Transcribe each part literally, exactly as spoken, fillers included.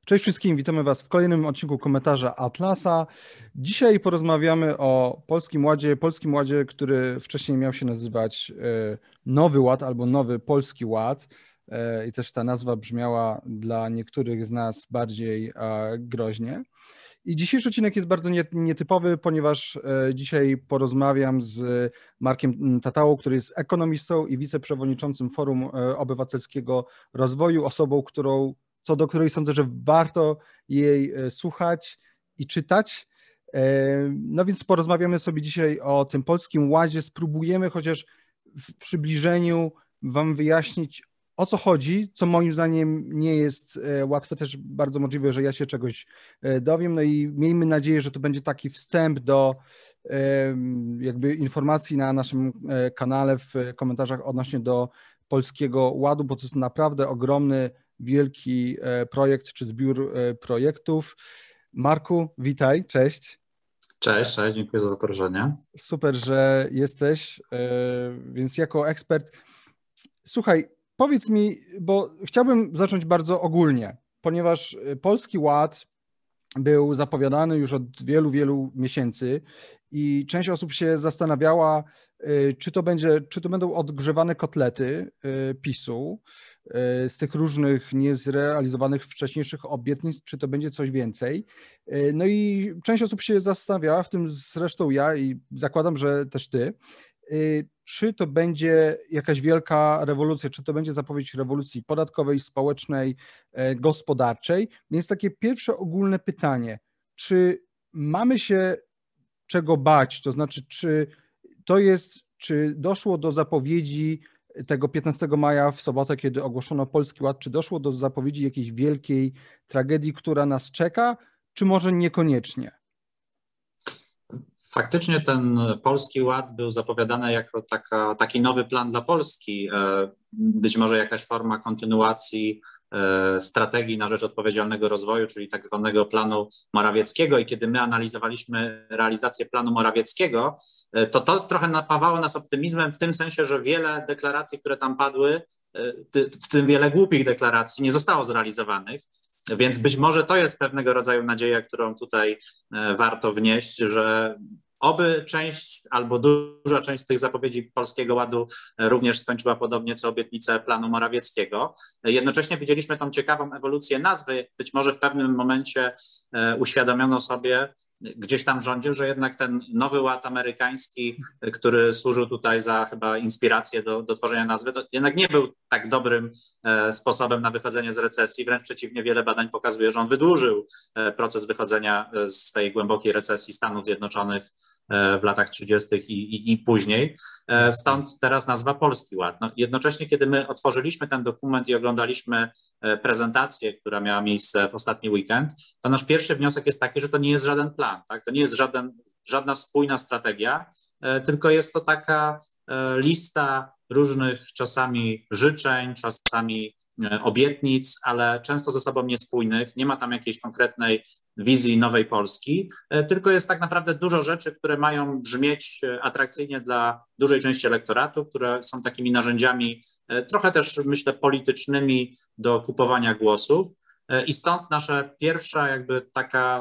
Cześć wszystkim, witamy Was w kolejnym odcinku Komentarza Atlasa. Dzisiaj porozmawiamy o Polskim Ładzie, Polskim Ładzie, który wcześniej miał się nazywać Nowy Ład albo Nowy Polski Ład i też ta nazwa brzmiała dla niektórych z nas bardziej groźnie. I dzisiejszy odcinek jest bardzo nietypowy, ponieważ dzisiaj porozmawiam z Markiem Tatałą, który jest ekonomistą i wiceprzewodniczącym Forum Obywatelskiego Rozwoju, osobą, którą co do której sądzę, że warto jej słuchać i czytać. No więc porozmawiamy sobie dzisiaj o tym Polskim Ładzie, spróbujemy chociaż w przybliżeniu Wam wyjaśnić, o co chodzi, co moim zdaniem nie jest łatwe, też bardzo możliwe, że ja się czegoś dowiem, no i miejmy nadzieję, że to będzie taki wstęp do jakby informacji na naszym kanale w komentarzach odnośnie do Polskiego Ładu, bo to jest naprawdę ogromny, wielki projekt czy zbiór projektów. Marku, witaj, cześć. Cześć, cześć, dziękuję za zaproszenie. Super, że jesteś, więc jako ekspert, słuchaj, powiedz mi, bo chciałbym zacząć bardzo ogólnie, ponieważ Polski Ład był zapowiadany już od wielu, wielu miesięcy i część osób się zastanawiała, czy to będzie, czy to będą odgrzewane kotlety PiSu z tych różnych niezrealizowanych wcześniejszych obietnic, czy to będzie coś więcej. No i część osób się zastanawiała, w tym zresztą ja i zakładam, że też ty, czy to będzie jakaś wielka rewolucja, czy to będzie zapowiedź rewolucji podatkowej, społecznej, gospodarczej. Więc takie pierwsze ogólne pytanie, czy mamy się czego bać, to znaczy, czy to jest, czy doszło do zapowiedzi tego piętnastego maja w sobotę, kiedy ogłoszono Polski Ład, czy doszło do zapowiedzi jakiejś wielkiej tragedii, która nas czeka, czy może niekoniecznie? Faktycznie ten Polski Ład był zapowiadany jako taka, taki nowy plan dla Polski, być może jakaś forma kontynuacji strategii na rzecz odpowiedzialnego rozwoju, czyli tak zwanego planu Morawieckiego, i kiedy my analizowaliśmy realizację planu Morawieckiego, to to trochę napawało nas optymizmem w tym sensie, że wiele deklaracji, które tam padły, w tym wiele głupich deklaracji, nie zostało zrealizowanych, więc być może to jest pewnego rodzaju nadzieja, którą tutaj warto wnieść, że oby część albo duża część tych zapowiedzi Polskiego Ładu również skończyła podobnie co obietnice planu Morawieckiego. Jednocześnie widzieliśmy tą ciekawą ewolucję nazwy. Być może w pewnym momencie uświadomiono sobie gdzieś tam w rządzie, że jednak ten nowy ład amerykański, który służył tutaj za chyba inspirację do, do tworzenia nazwy, to jednak nie był tak dobrym e, sposobem na wychodzenie z recesji. Wręcz przeciwnie, wiele badań pokazuje, że on wydłużył e, proces wychodzenia z tej głębokiej recesji Stanów Zjednoczonych e, w latach trzydziestych i, i, i później. E, stąd teraz nazwa Polski Ład. No, jednocześnie, kiedy my otworzyliśmy ten dokument i oglądaliśmy e, prezentację, która miała miejsce w ostatni weekend, to nasz pierwszy wniosek jest taki, że to nie jest żaden plan. Tak? To nie jest żaden, żadna spójna strategia, tylko jest to taka lista różnych czasami życzeń, czasami obietnic, ale często ze sobą niespójnych. Nie ma tam jakiejś konkretnej wizji nowej Polski, tylko jest tak naprawdę dużo rzeczy, które mają brzmieć atrakcyjnie dla dużej części elektoratu, które są takimi narzędziami trochę też, myślę, politycznymi do kupowania głosów. I stąd nasza pierwsza jakby taka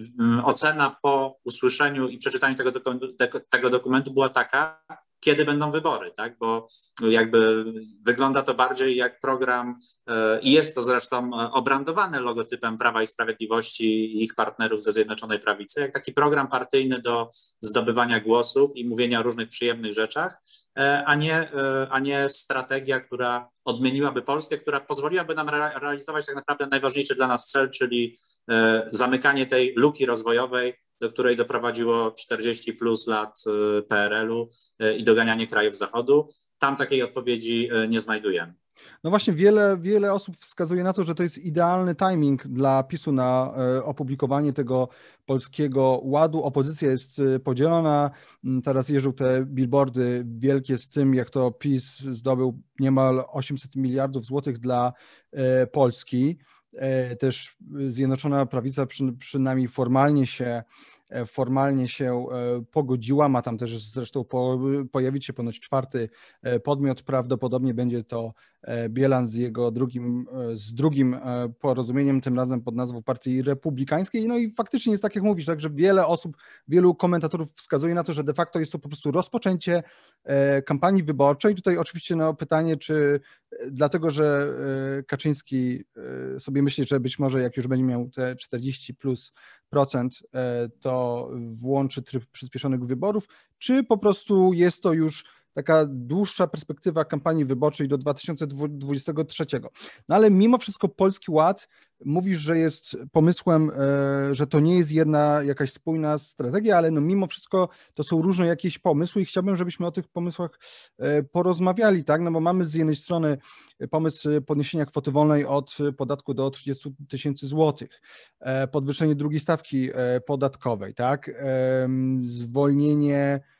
ocena po usłyszeniu i przeczytaniu tego dokumentu, tego dokumentu była taka, kiedy będą wybory, tak? Bo jakby wygląda to bardziej jak program i jest to zresztą obrandowane logotypem Prawa i Sprawiedliwości i ich partnerów ze Zjednoczonej Prawicy, jak taki program partyjny do zdobywania głosów i mówienia o różnych przyjemnych rzeczach, a nie, a nie strategia, która odmieniłaby Polskę, która pozwoliłaby nam re- realizować tak naprawdę najważniejszy dla nas cel, czyli zamykanie tej luki rozwojowej, do której doprowadziło czterdzieści plus lat P R L-u i doganianie krajów Zachodu. Tam takiej odpowiedzi nie znajdujemy. No właśnie, wiele, wiele osób wskazuje na to, że to jest idealny timing dla PiSu na opublikowanie tego Polskiego Ładu. Opozycja jest podzielona. Teraz jeżdżą te billboardy wielkie z tym, jak to PiS zdobył niemal osiemset miliardów złotych dla Polski. Też Zjednoczona Prawica przy, przynajmniej formalnie się formalnie się pogodziła. Ma tam też zresztą po, pojawić się ponoć czwarty podmiot. Prawdopodobnie będzie to Bielan z jego drugim, z drugim porozumieniem, tym razem pod nazwą Partii Republikańskiej. No i faktycznie jest tak, jak mówisz, tak, że wiele osób, wielu komentatorów wskazuje na to, że de facto jest to po prostu rozpoczęcie kampanii wyborczej. Tutaj oczywiście no, pytanie, czy dlatego, że Kaczyński sobie myśli, że być może jak już będzie miał te czterdzieści plus procent, to włączy tryb przyspieszonych wyborów, czy po prostu jest to już taka dłuższa perspektywa kampanii wyborczej do dwa tysiące dwudziestego trzeciego. No ale mimo wszystko Polski Ład, mówisz, że jest pomysłem, że to nie jest jedna jakaś spójna strategia, ale no mimo wszystko to są różne jakieś pomysły i chciałbym, żebyśmy o tych pomysłach porozmawiali, tak? No bo mamy z jednej strony pomysł podniesienia kwoty wolnej od podatku do trzydziestu tysięcy złotych, podwyższenie drugiej stawki podatkowej, tak? Zwolnienie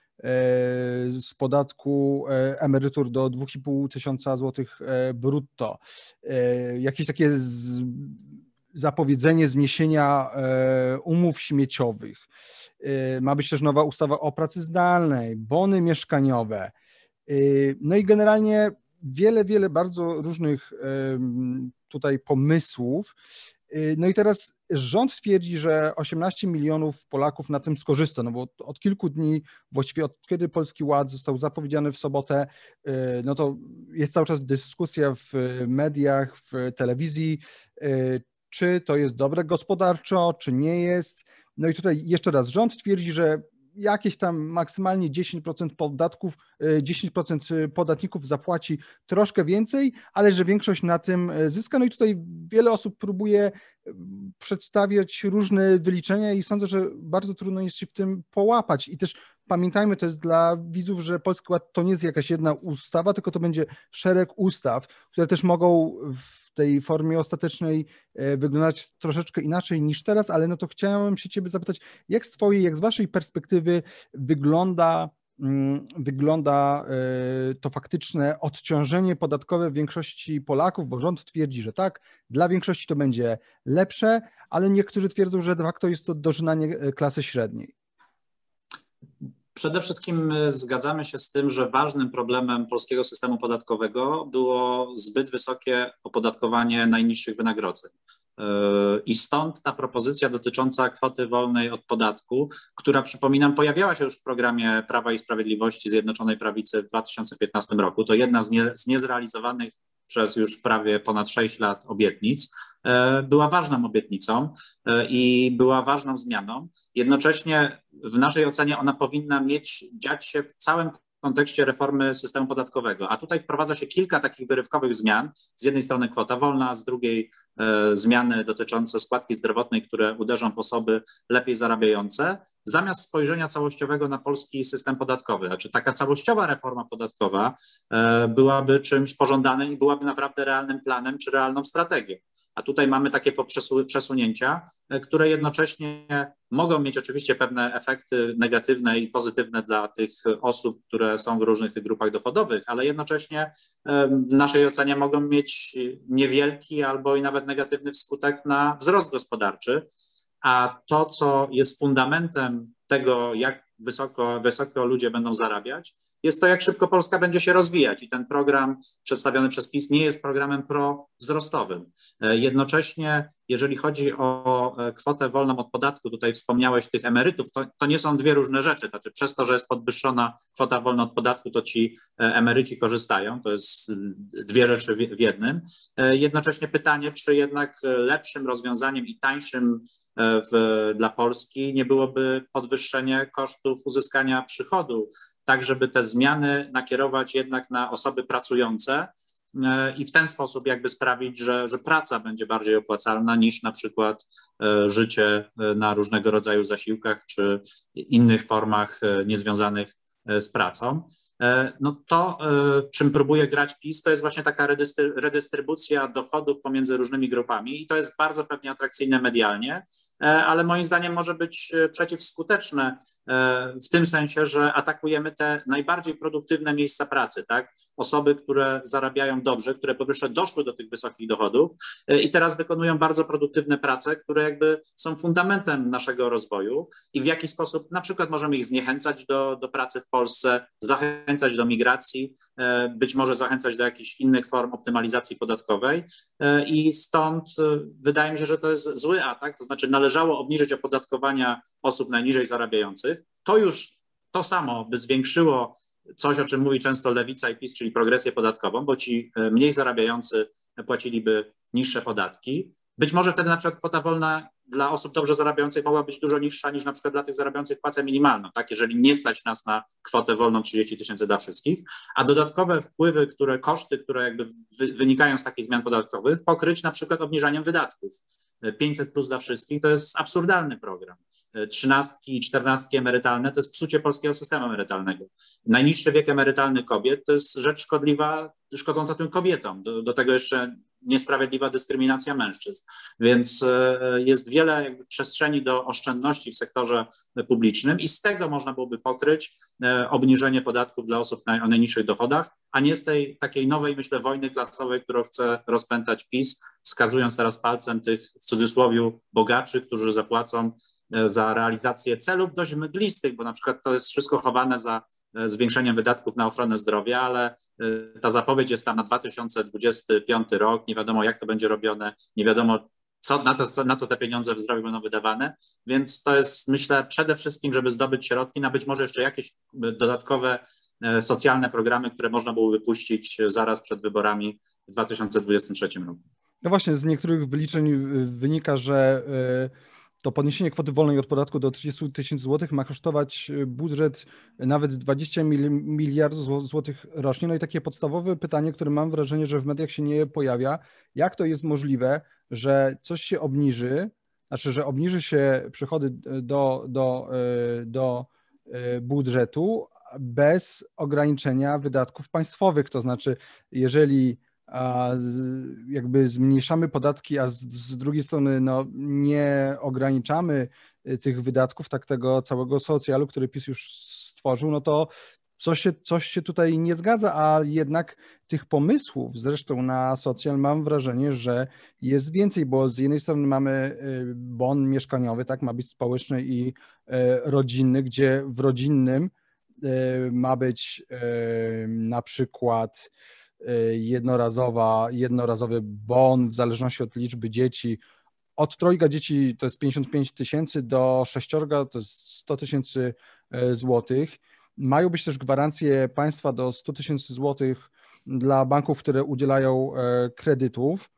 z podatku emerytur do dwa i pół tysiąca złotych brutto, jakieś takie z, zapowiedzenie zniesienia umów śmieciowych, ma być też nowa ustawa o pracy zdalnej, bony mieszkaniowe, no i generalnie wiele, wiele bardzo różnych tutaj pomysłów. No i teraz rząd twierdzi, że osiemnaście milionów Polaków na tym skorzysta, no bo od kilku dni, właściwie od kiedy Polski Ład został zapowiedziany w sobotę, no to jest cały czas dyskusja w mediach, w telewizji, czy to jest dobre gospodarczo, czy nie jest. No i tutaj jeszcze raz, rząd twierdzi, że jakieś tam maksymalnie dziesięć procent podatków, dziesięć procent podatników zapłaci troszkę więcej, ale że większość na tym zyska. No i tutaj wiele osób próbuje przedstawiać różne wyliczenia i sądzę, że bardzo trudno jest się w tym połapać. I też pamiętajmy, to jest dla widzów, że Polski Ład to nie jest jakaś jedna ustawa, tylko to będzie szereg ustaw, które też mogą w tej formie ostatecznej wyglądać troszeczkę inaczej niż teraz, ale no to chciałem się ciebie zapytać, jak z twojej, jak z waszej perspektywy wygląda wygląda to faktyczne odciążenie podatkowe większości Polaków, bo rząd twierdzi, że tak, dla większości to będzie lepsze, ale niektórzy twierdzą, że de facto jest to dożynanie klasy średniej. Przede wszystkim zgadzamy się z tym, że ważnym problemem polskiego systemu podatkowego było zbyt wysokie opodatkowanie najniższych wynagrodzeń. I stąd ta propozycja dotycząca kwoty wolnej od podatku, która, przypominam, pojawiała się już w programie Prawa i Sprawiedliwości Zjednoczonej Prawicy w dwa tysiące piętnastym roku. To jedna z, nie, z niezrealizowanych przez już prawie ponad sześć lat obietnic. Była ważną obietnicą i była ważną zmianą. Jednocześnie w naszej ocenie ona powinna mieć, dziać się w całym kontekście reformy systemu podatkowego, a tutaj wprowadza się kilka takich wyrywkowych zmian. Z jednej strony kwota wolna, z drugiej e, zmiany dotyczące składki zdrowotnej, które uderzą w osoby lepiej zarabiające, zamiast spojrzenia całościowego na polski system podatkowy. Znaczy taka całościowa reforma podatkowa e, byłaby czymś pożądanym i byłaby naprawdę realnym planem czy realną strategią. A tutaj mamy takie przesunięcia, które jednocześnie mogą mieć oczywiście pewne efekty negatywne i pozytywne dla tych osób, które są w różnych tych grupach dochodowych, ale jednocześnie w naszej ocenie mogą mieć niewielki albo i nawet negatywny skutek na wzrost gospodarczy. A to, co jest fundamentem tego, jak wysoko, wysoko ludzie będą zarabiać, jest to, jak szybko Polska będzie się rozwijać. I ten program przedstawiony przez PiS nie jest programem prowzrostowym. Jednocześnie, jeżeli chodzi o kwotę wolną od podatku, tutaj wspomniałeś tych emerytów, to, to nie są dwie różne rzeczy. Znaczy, przez to, że jest podwyższona kwota wolna od podatku, to ci emeryci korzystają. To jest dwie rzeczy w jednym. Jednocześnie pytanie, czy jednak lepszym rozwiązaniem i tańszym W, dla Polski nie byłoby podwyższenie kosztów uzyskania przychodu, tak żeby te zmiany nakierować jednak na osoby pracujące i w ten sposób jakby sprawić, że, że praca będzie bardziej opłacalna niż na przykład życie na różnego rodzaju zasiłkach czy innych formach niezwiązanych z pracą. no to czym próbuje grać PiS, to jest właśnie taka redystrybucja dochodów pomiędzy różnymi grupami i to jest bardzo pewnie atrakcyjne medialnie, ale moim zdaniem może być przeciwskuteczne w tym sensie, że atakujemy te najbardziej produktywne miejsca pracy, tak? Osoby, które zarabiają dobrze, które po pierwsze doszły do tych wysokich dochodów i teraz wykonują bardzo produktywne prace, które jakby są fundamentem naszego rozwoju i w jaki sposób na przykład możemy ich zniechęcać do, do pracy w Polsce, zachęcać do migracji, być może zachęcać do jakichś innych form optymalizacji podatkowej i stąd wydaje mi się, że to jest zły atak, to znaczy należało obniżyć opodatkowania osób najniżej zarabiających. To już to samo by zwiększyło coś, o czym mówi często Lewica i PiS, czyli progresję podatkową, bo ci mniej zarabiający płaciliby niższe podatki. Być może wtedy na przykład kwota wolna dla osób dobrze zarabiających mogła być dużo niższa niż na przykład dla tych zarabiających płacę minimalną, tak? Jeżeli nie stać nas na kwotę wolną trzydzieści tysięcy dla wszystkich, a dodatkowe wpływy, które koszty, które jakby wy, wynikają z takich zmian podatkowych, pokryć na przykład obniżaniem wydatków. pięćset plus dla wszystkich to jest absurdalny program. Trzynastki i czternastki emerytalne to jest psucie polskiego systemu emerytalnego. Najniższy wiek emerytalny kobiet to jest rzecz szkodliwa, szkodząca tym kobietom. Do, do tego jeszcze niesprawiedliwa dyskryminacja mężczyzn. Więc jest wiele jakby przestrzeni do oszczędności w sektorze publicznym i z tego można byłoby pokryć obniżenie podatków dla osób o najniższych dochodach, a nie z tej takiej nowej, myślę, wojny klasowej, którą chce rozpętać PiS, wskazując teraz palcem tych w cudzysłowie bogaczy, którzy zapłacą za realizację celów dość mglistych, bo na przykład to jest wszystko chowane za zwiększeniem wydatków na ochronę zdrowia, ale ta zapowiedź jest tam na dwa tysiące dwudziesty piąty rok, nie wiadomo jak to będzie robione, nie wiadomo co, na, to, na co te pieniądze w zdrowiu będą wydawane, więc to jest myślę przede wszystkim, żeby zdobyć środki na być może jeszcze jakieś dodatkowe socjalne programy, które można byłoby puścić zaraz przed wyborami w dwa tysiące dwudziestym trzecim roku. No właśnie, z niektórych wyliczeń wynika, że to podniesienie kwoty wolnej od podatku do trzydziestu tysięcy złotych ma kosztować budżet nawet dwadzieścia miliardów złotych rocznie. No i takie podstawowe pytanie, które mam wrażenie, że w mediach się nie pojawia, jak to jest możliwe, że coś się obniży, znaczy, że obniży się przychody do, do, do budżetu bez ograniczenia wydatków państwowych, to znaczy jeżeli a jakby zmniejszamy podatki, a z, z drugiej strony no, nie ograniczamy tych wydatków, tak tego całego socjalu, który PiS już stworzył, no to coś się, coś się tutaj nie zgadza, a jednak tych pomysłów zresztą na socjal mam wrażenie, że jest więcej, bo z jednej strony mamy bon mieszkaniowy, tak, ma być społeczny i rodzinny, gdzie w rodzinnym ma być na przykład jednorazowa, jednorazowy bon w zależności od liczby dzieci. Od trojga dzieci to jest pięćdziesiąt pięć tysięcy do sześciorga to jest sto tysięcy złotych. Mają być też gwarancje państwa do stu tysięcy złotych dla banków, które udzielają kredytów.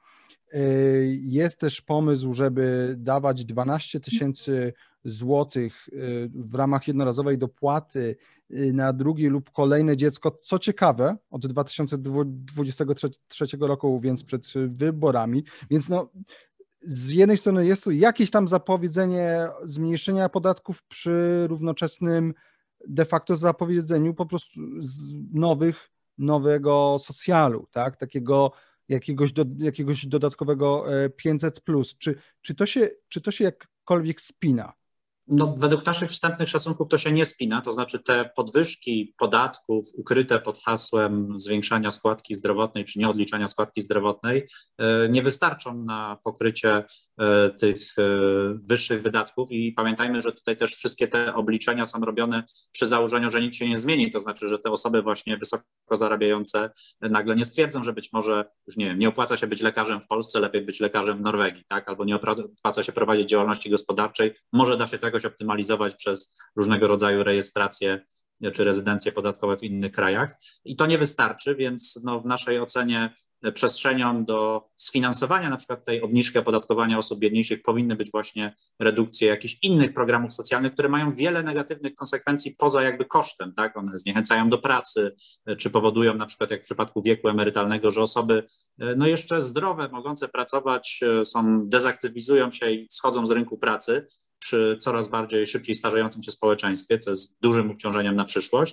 Jest też pomysł, żeby dawać dwanaście tysięcy złotych w ramach jednorazowej dopłaty na drugie lub kolejne dziecko. Co ciekawe, od dwa tysiące dwudziestego trzeciego roku, więc przed wyborami. Więc no, z jednej strony jest tu jakieś tam zapowiedzenie zmniejszenia podatków przy równoczesnym de facto zapowiedzeniu po prostu z nowych, nowego socjalu, tak? Takiego jakiegoś, do, jakiegoś dodatkowego pięćset plus. Czy, czy, to się, czy to się jakkolwiek spina? No, według naszych wstępnych szacunków to się nie spina, to znaczy te podwyżki podatków ukryte pod hasłem zwiększania składki zdrowotnej czy nieodliczania składki zdrowotnej nie wystarczą na pokrycie tych wyższych wydatków i pamiętajmy, że tutaj też wszystkie te obliczenia są robione przy założeniu, że nic się nie zmieni, to znaczy, że te osoby właśnie wysoko zarabiające nagle nie stwierdzą, że być może już nie wiem, nie opłaca się być lekarzem w Polsce, lepiej być lekarzem w Norwegii, tak? Albo nie opłaca się prowadzić działalności gospodarczej, może da się to jakoś optymalizować przez różnego rodzaju rejestracje czy rezydencje podatkowe w innych krajach. I to nie wystarczy, więc no w naszej ocenie przestrzenią do sfinansowania na przykład tej obniżki opodatkowania osób biedniejszych powinny być właśnie redukcje jakichś innych programów socjalnych, które mają wiele negatywnych konsekwencji poza jakby kosztem, tak? One zniechęcają do pracy, czy powodują na przykład jak w przypadku wieku emerytalnego, że osoby no jeszcze zdrowe, mogące pracować są, dezaktywizują się i schodzą z rynku pracy przy coraz bardziej szybciej starzejącym się społeczeństwie, co jest dużym obciążeniem na przyszłość.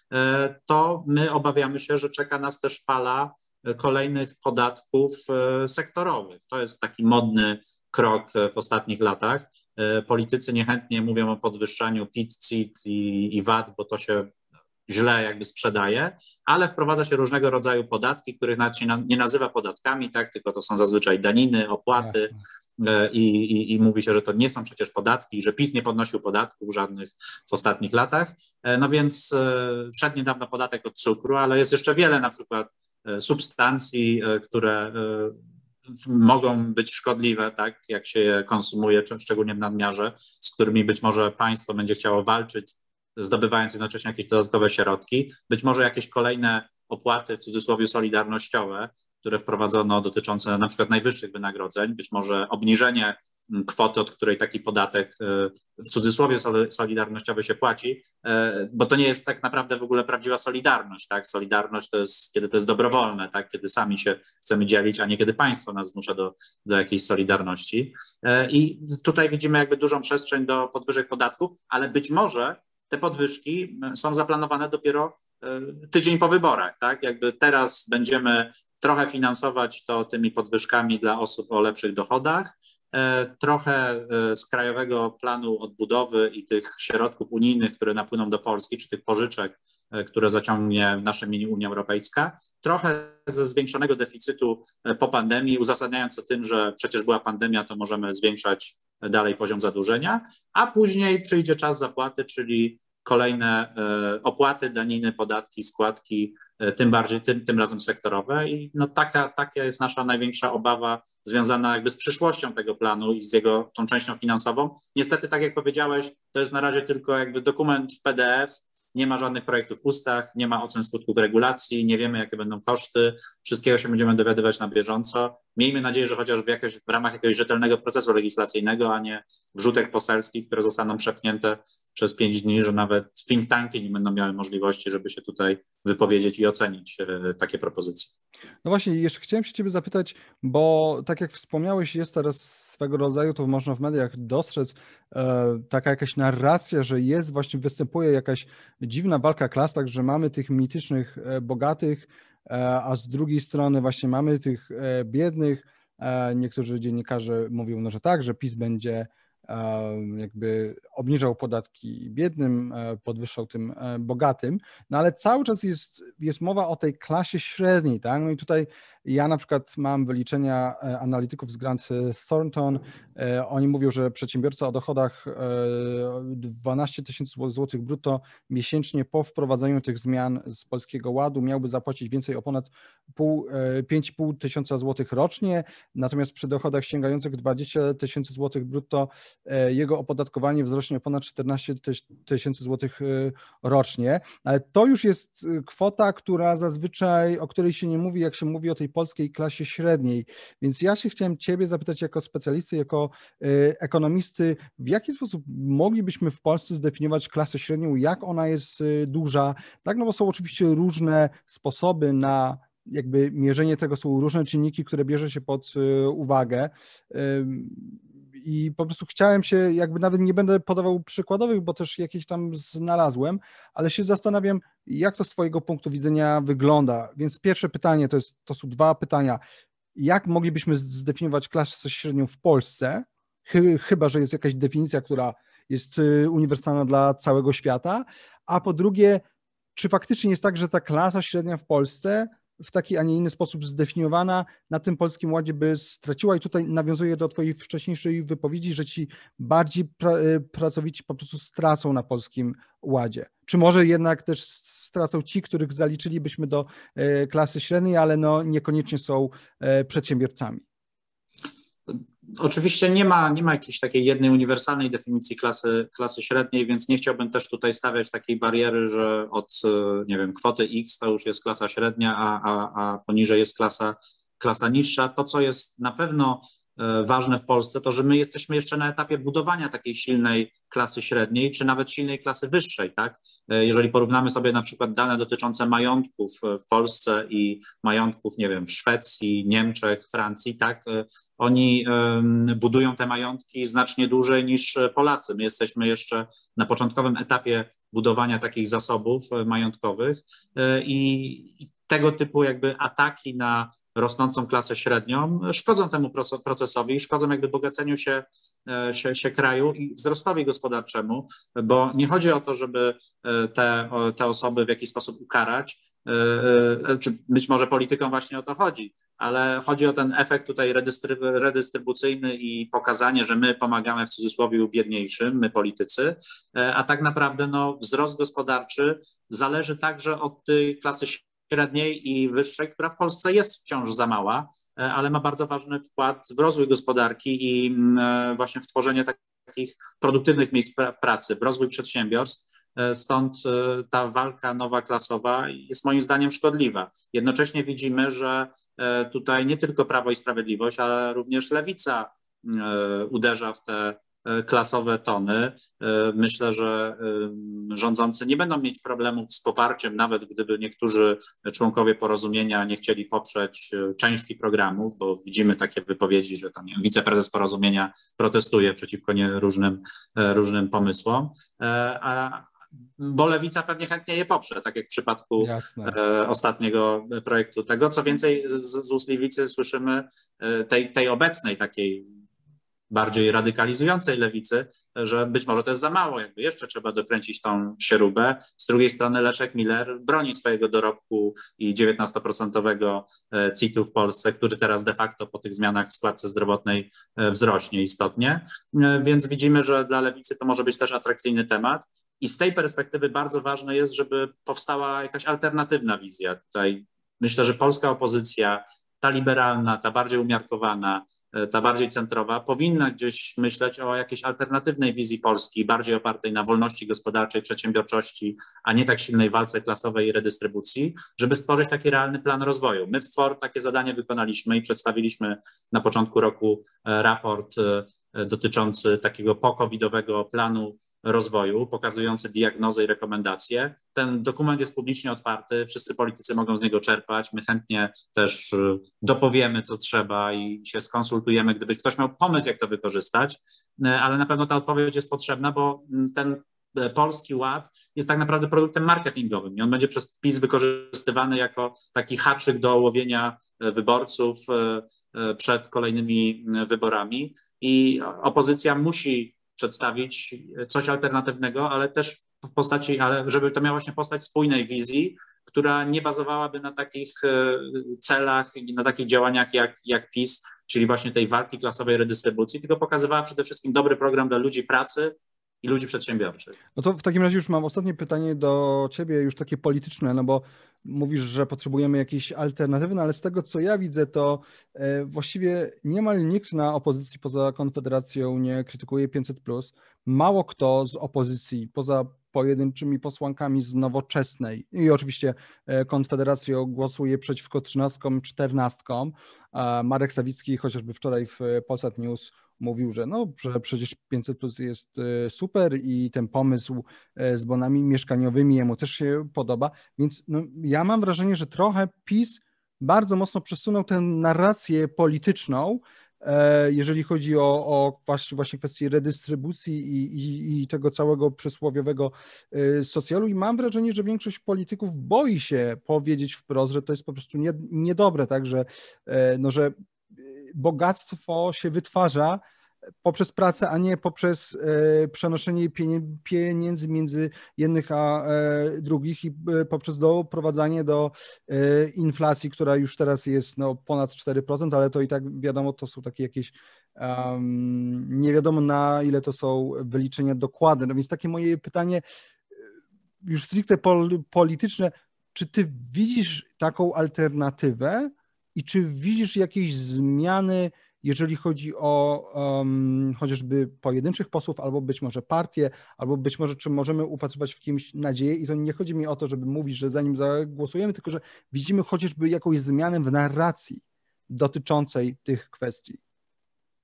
to my obawiamy się, że czeka nas też fala kolejnych podatków sektorowych. To jest taki modny krok w ostatnich latach. Politycy niechętnie mówią o podwyższaniu P I T, C I T i, i V A T, bo to się źle jakby sprzedaje, ale wprowadza się różnego rodzaju podatki, których nawet się nie nazywa podatkami, tak, tylko to są zazwyczaj daniny, opłaty i, i, i mówi się, że to nie są przecież podatki, że PiS nie podnosił podatków żadnych w ostatnich latach. No więc wszedł niedawno podatek od cukru, ale jest jeszcze wiele na przykład substancji, które mogą być szkodliwe, tak, jak się je konsumuje, szczególnie w nadmiarze, z którymi być może państwo będzie chciało walczyć, zdobywając jednocześnie jakieś dodatkowe środki, być może jakieś kolejne opłaty, w cudzysłowie solidarnościowe, które wprowadzono dotyczące na przykład najwyższych wynagrodzeń, być może obniżenie kwoty, od której taki podatek w cudzysłowie solidarnościowy się płaci, bo to nie jest tak naprawdę w ogóle prawdziwa solidarność, tak? Solidarność to jest, kiedy to jest dobrowolne, tak? Kiedy sami się chcemy dzielić, a nie kiedy państwo nas zmusza do, do jakiejś solidarności. I tutaj widzimy jakby dużą przestrzeń do podwyżek podatków, ale być może te podwyżki są zaplanowane dopiero tydzień po wyborach, tak? Jakby teraz będziemy trochę finansować to tymi podwyżkami dla osób o lepszych dochodach, trochę z Krajowego Planu Odbudowy i tych środków unijnych, które napłyną do Polski, czy tych pożyczek, które zaciągnie w naszym imieniu Unia Europejska, trochę ze zwiększonego deficytu po pandemii, uzasadniając to tym, że przecież była pandemia, to możemy zwiększać dalej poziom zadłużenia, a później przyjdzie czas zapłaty, czyli kolejne opłaty, daniny, podatki, składki, tym bardziej, tym, tym razem sektorowe i no taka, taka jest nasza największa obawa związana jakby z przyszłością tego planu i z jego tą częścią finansową. Niestety, tak jak powiedziałeś, to jest na razie tylko jakby dokument w P D F, nie ma żadnych projektów ustaw, nie ma ocen skutków regulacji, nie wiemy, jakie będą koszty, wszystkiego się będziemy dowiadywać na bieżąco. Miejmy nadzieję, że chociaż w, jakoś, w ramach jakiegoś rzetelnego procesu legislacyjnego, a nie wrzutek poselskich, które zostaną przepchnięte przez pięć dni, że nawet think tanki nie będą miały możliwości, żeby się tutaj wypowiedzieć i ocenić e, takie propozycje. No właśnie, jeszcze chciałem się ciebie zapytać, bo tak jak wspomniałeś, jest teraz swego rodzaju, to można w mediach dostrzec, e, taka jakaś narracja, że jest właśnie, występuje jakaś dziwna walka klas, tak, że mamy tych mitycznych e, bogatych, e, a z drugiej strony właśnie mamy tych e, biednych. E, niektórzy dziennikarze mówią, no, że tak, że PiS będzie jakby obniżał podatki biednym, podwyższał tym bogatym, no ale cały czas jest, jest mowa o tej klasie średniej, tak? No i tutaj ja na przykład mam wyliczenia analityków z Grant Thornton, oni mówią, że przedsiębiorca o dochodach dwanaście tysięcy złotych brutto miesięcznie po wprowadzeniu tych zmian z Polskiego Ładu miałby zapłacić więcej o ponad pięć i pół tysiąca złotych rocznie, natomiast przy dochodach sięgających dwadzieścia tysięcy złotych brutto jego opodatkowanie wzrośnie o ponad czternaście tysięcy złotych rocznie, ale to już jest kwota, która zazwyczaj, o której się nie mówi, jak się mówi o tej polskiej klasie średniej, więc ja się chciałem ciebie zapytać jako specjalisty, jako ekonomisty, w jaki sposób moglibyśmy w Polsce zdefiniować klasę średnią, jak ona jest duża, tak, no bo są oczywiście różne sposoby na jakby mierzenie tego, są różne czynniki, które bierze się pod uwagę. I po prostu chciałem się, jakby nawet nie będę podawał przykładowych, bo też jakieś tam znalazłem, ale się zastanawiam, jak to z twojego punktu widzenia wygląda. Więc pierwsze pytanie, to, jest, to są dwa pytania. Jak moglibyśmy zdefiniować klasę średnią w Polsce, chyba że jest jakaś definicja, która jest uniwersalna dla całego świata, a po drugie, czy faktycznie jest tak, że ta klasa średnia w Polsce w taki, a nie inny sposób zdefiniowana na tym Polskim Ładzie by straciła, i tutaj nawiązuję do twojej wcześniejszej wypowiedzi, że ci bardziej pra, pracowici po prostu stracą na Polskim Ładzie. Czy może jednak też stracą ci, których zaliczylibyśmy do klasy średniej, ale no niekoniecznie są przedsiębiorcami? Oczywiście nie ma, nie ma jakiejś takiej jednej uniwersalnej definicji klasy, klasy średniej, więc nie chciałbym też tutaj stawiać takiej bariery, że od, nie wiem, kwoty X to już jest klasa średnia, a, a, a poniżej jest klasa, klasa niższa. To, co jest na pewno ważne w Polsce, to że my jesteśmy jeszcze na etapie budowania takiej silnej klasy średniej, czy nawet silnej klasy wyższej, tak? Jeżeli porównamy sobie na przykład dane dotyczące majątków w Polsce i majątków, nie wiem, w Szwecji, Niemczech, Francji, tak? Oni budują te majątki znacznie dłużej niż Polacy. My jesteśmy jeszcze na początkowym etapie budowania takich zasobów majątkowych i tego typu jakby ataki na rosnącą klasę średnią szkodzą temu procesowi i szkodzą jakby bogaceniu się, się, się kraju i wzrostowi gospodarczemu, bo nie chodzi o to, żeby te, te osoby w jakiś sposób ukarać, czy być może politykom właśnie o to chodzi, ale chodzi o ten efekt tutaj redystrybucyjny i pokazanie, że my pomagamy w cudzysłowie biedniejszym, my politycy, a tak naprawdę no, wzrost gospodarczy zależy także od tej klasy średniej i wyższej, która w Polsce jest wciąż za mała, ale ma bardzo ważny wkład w rozwój gospodarki i właśnie w tworzenie takich produktywnych miejsc pracy, w rozwój przedsiębiorstw. Stąd ta walka nowa klasowa jest moim zdaniem szkodliwa. Jednocześnie widzimy, że tutaj nie tylko Prawo i Sprawiedliwość, ale również Lewica uderza w te klasowe tony. Myślę, że rządzący nie będą mieć problemów z poparciem, nawet gdyby niektórzy członkowie Porozumienia nie chcieli poprzeć części programów, bo widzimy takie wypowiedzi, że tam nie wiem, wiceprezes Porozumienia protestuje przeciwko nie różnym, różnym pomysłom, a bo Lewica pewnie chętnie je poprze, tak jak w przypadku Jasne. ostatniego projektu tego. Co więcej, z, z ust Lewicy słyszymy tej, tej obecnej takiej bardziej radykalizującej lewicy, że być może to jest za mało, jakby jeszcze trzeba dokręcić tą śrubę. Z drugiej strony Leszek Miller broni swojego dorobku i dziewiętnastoprocentowego C I T-u w Polsce, który teraz de facto po tych zmianach w składce zdrowotnej wzrośnie istotnie, więc widzimy, że dla lewicy to może być też atrakcyjny temat i z tej perspektywy bardzo ważne jest, żeby powstała jakaś alternatywna wizja. Tutaj myślę, że polska opozycja, ta liberalna, ta bardziej umiarkowana, ta bardziej centrowa, powinna gdzieś myśleć o jakiejś alternatywnej wizji Polski, bardziej opartej na wolności gospodarczej, przedsiębiorczości, a nie tak silnej walce klasowej i redystrybucji, żeby stworzyć taki realny plan rozwoju. My w F O R takie zadanie wykonaliśmy i przedstawiliśmy na początku roku raport dotyczący takiego po-covidowego planu rozwoju, pokazujący diagnozę i rekomendacje. Ten dokument jest publicznie otwarty, wszyscy politycy mogą z niego czerpać. My chętnie też dopowiemy, co trzeba i się skonsultujemy, gdyby ktoś miał pomysł, jak to wykorzystać, ale na pewno ta odpowiedź jest potrzebna, bo ten Polski Ład jest tak naprawdę produktem marketingowym i on będzie przez PiS wykorzystywany jako taki haczyk do łowienia wyborców przed kolejnymi wyborami i opozycja musi przedstawić coś alternatywnego, ale też w postaci, ale żeby to miała właśnie postać spójnej wizji, która nie bazowałaby na takich celach i na takich działaniach jak, jak PiS, czyli właśnie tej walki klasowej redystrybucji, tylko pokazywała przede wszystkim dobry program dla ludzi pracy i ludzi przedsiębiorczych. No to w takim razie już mam ostatnie pytanie do ciebie, już takie polityczne, no bo mówisz, że potrzebujemy jakiejś alternatywy, no ale z tego, co ja widzę, to właściwie niemal nikt na opozycji poza Konfederacją nie krytykuje pięćset plus. Mało kto z opozycji, poza pojedynczymi posłankami z Nowoczesnej i oczywiście Konfederacją głosuje przeciwko trzynastkom, czternastkom. Marek Sawicki chociażby wczoraj w Polsat News mówił, że no, że przecież pięćset plus jest super i ten pomysł z bonami mieszkaniowymi jemu też się podoba, więc no, ja mam wrażenie, że trochę PiS bardzo mocno przesunął tę narrację polityczną, jeżeli chodzi o, o właśnie, właśnie kwestię redystrybucji i, i, i tego całego przysłowiowego socjalu i mam wrażenie, że większość polityków boi się powiedzieć wprost, że to jest po prostu nie, niedobre, tak, że, no, że bogactwo się wytwarza poprzez pracę, a nie poprzez przenoszenie pieniędzy między jednych a drugich i poprzez doprowadzanie do inflacji, która już teraz jest no, ponad cztery procent, ale to i tak wiadomo, to są takie jakieś um, nie wiadomo na ile to są wyliczenia dokładne. No więc takie moje pytanie już stricte pol- polityczne, czy ty widzisz taką alternatywę i czy widzisz jakieś zmiany, jeżeli chodzi o um, chociażby pojedynczych posłów, albo być może partie, albo być może czy możemy upatrywać w kimś nadzieję i to nie chodzi mi o to, żeby mówić, że za nim zagłosujemy, tylko że widzimy chociażby jakąś zmianę w narracji dotyczącej tych kwestii.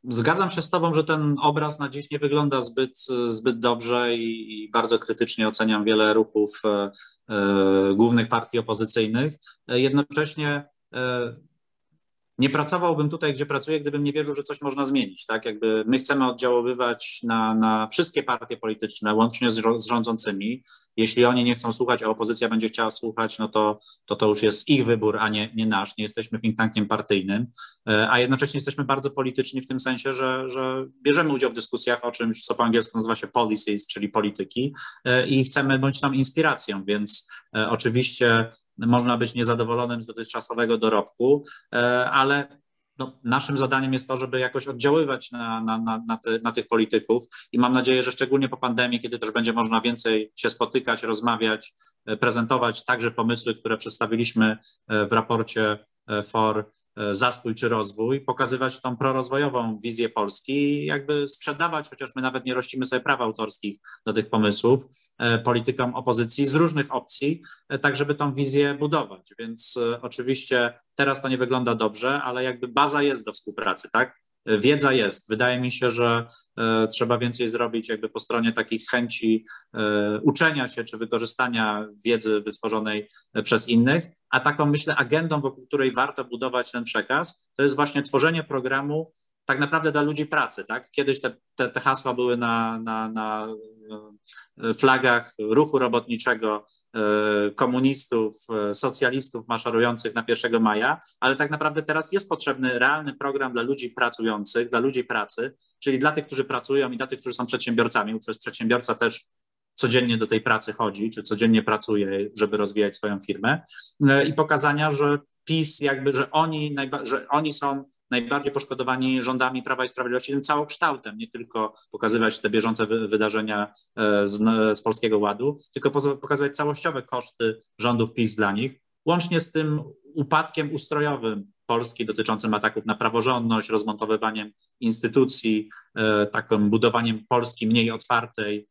Zgadzam się z Tobą, że ten obraz na dziś nie wygląda zbyt, zbyt dobrze i, i bardzo krytycznie oceniam wiele ruchów e, e, głównych partii opozycyjnych. E, jednocześnie e, nie pracowałbym tutaj, gdzie pracuję, gdybym nie wierzył, że coś można zmienić. Tak? Jakby my chcemy oddziaływać na, na wszystkie partie polityczne, łącznie z, z rządzącymi. Jeśli oni nie chcą słuchać, a opozycja będzie chciała słuchać, no to to, to już jest ich wybór, a nie, nie nasz. Nie jesteśmy think tankiem partyjnym, a jednocześnie jesteśmy bardzo polityczni w tym sensie, że, że bierzemy udział w dyskusjach o czymś, co po angielsku nazywa się policies, czyli polityki, i chcemy bądź tam inspiracją, więc oczywiście można być niezadowolonym z dotychczasowego dorobku, ale no, naszym zadaniem jest to, żeby jakoś oddziaływać na, na, na, na, te, na tych polityków i mam nadzieję, że szczególnie po pandemii, kiedy też będzie można więcej się spotykać, rozmawiać, prezentować także pomysły, które przedstawiliśmy w raporcie for Zastój czy Rozwój, pokazywać tą prorozwojową wizję Polski i jakby sprzedawać, chociaż my nawet nie rościmy sobie praw autorskich do tych pomysłów, politykom opozycji z różnych opcji, tak żeby tą wizję budować. Więc oczywiście teraz to nie wygląda dobrze, ale jakby baza jest do współpracy, tak? Wiedza jest. Wydaje mi się, że e, trzeba więcej zrobić jakby po stronie takich chęci e, uczenia się czy wykorzystania wiedzy wytworzonej przez innych, a taką myślę agendą, wokół której warto budować ten przekaz, to jest właśnie tworzenie programu tak naprawdę dla ludzi pracy. Tak? Kiedyś te, te, te hasła były na, na, na flagach ruchu robotniczego, komunistów, socjalistów maszerujących na pierwszego maja, ale tak naprawdę teraz jest potrzebny realny program dla ludzi pracujących, dla ludzi pracy, czyli dla tych, którzy pracują i dla tych, którzy są przedsiębiorcami. Przecież przedsiębiorca też codziennie do tej pracy chodzi, czy codziennie pracuje, żeby rozwijać swoją firmę, i pokazania, że PiS jakby, że oni, że oni są najbardziej poszkodowani rządami Prawa i Sprawiedliwości, tym całokształtem, nie tylko pokazywać te bieżące wydarzenia z, z Polskiego Ładu, tylko pokazywać całościowe koszty rządów PiS dla nich, łącznie z tym upadkiem ustrojowym Polski dotyczącym ataków na praworządność, rozmontowywaniem instytucji, takim budowaniem Polski mniej otwartej.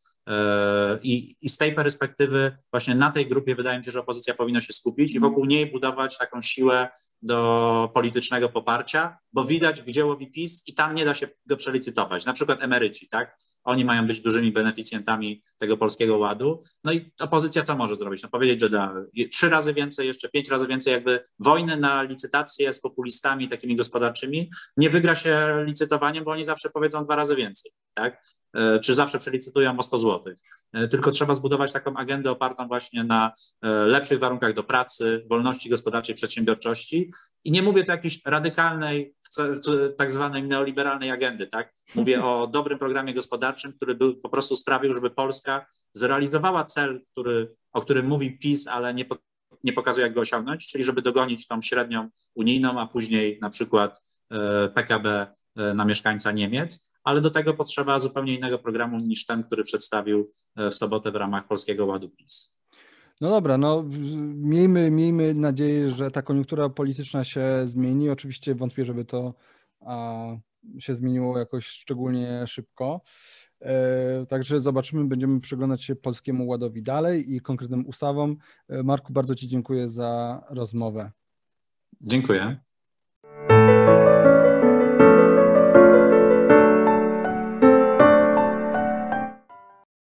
I, I z tej perspektywy właśnie na tej grupie wydaje mi się, że opozycja powinna się skupić i wokół niej budować taką siłę do politycznego poparcia, bo widać, gdzie łowi PiS i tam nie da się go przelicytować. Na przykład emeryci, tak? Oni mają być dużymi beneficjentami tego Polskiego Ładu. No i opozycja co może zrobić? No powiedzieć, że da trzy razy więcej, jeszcze pięć razy więcej, jakby wojny na licytację z populistami takimi gospodarczymi nie wygra się licytowaniem, bo oni zawsze powiedzą dwa razy więcej, tak? Czy zawsze przelicytują o sto złotych. Tylko trzeba zbudować taką agendę opartą właśnie na lepszych warunkach do pracy, wolności gospodarczej, przedsiębiorczości. I nie mówię tu jakiejś radykalnej, tak zwanej neoliberalnej agendy, tak? Mówię o dobrym programie gospodarczym, który był, po prostu sprawił, żeby Polska zrealizowała cel, który, o którym mówi PiS, ale nie, nie pokazuje, jak go osiągnąć, czyli żeby dogonić tą średnią unijną, a później na przykład P K B na mieszkańca Niemiec. Ale do tego potrzeba zupełnie innego programu niż ten, który przedstawił w sobotę w ramach Polskiego Ładu PiS. No dobra, no miejmy, miejmy nadzieję, że ta koniunktura polityczna się zmieni. Oczywiście wątpię, żeby to a, się zmieniło jakoś szczególnie szybko. E, także zobaczymy, będziemy przyglądać się Polskiemu Ładowi dalej i konkretnym ustawom. E, Marku, bardzo Ci dziękuję za rozmowę. Dziękuję.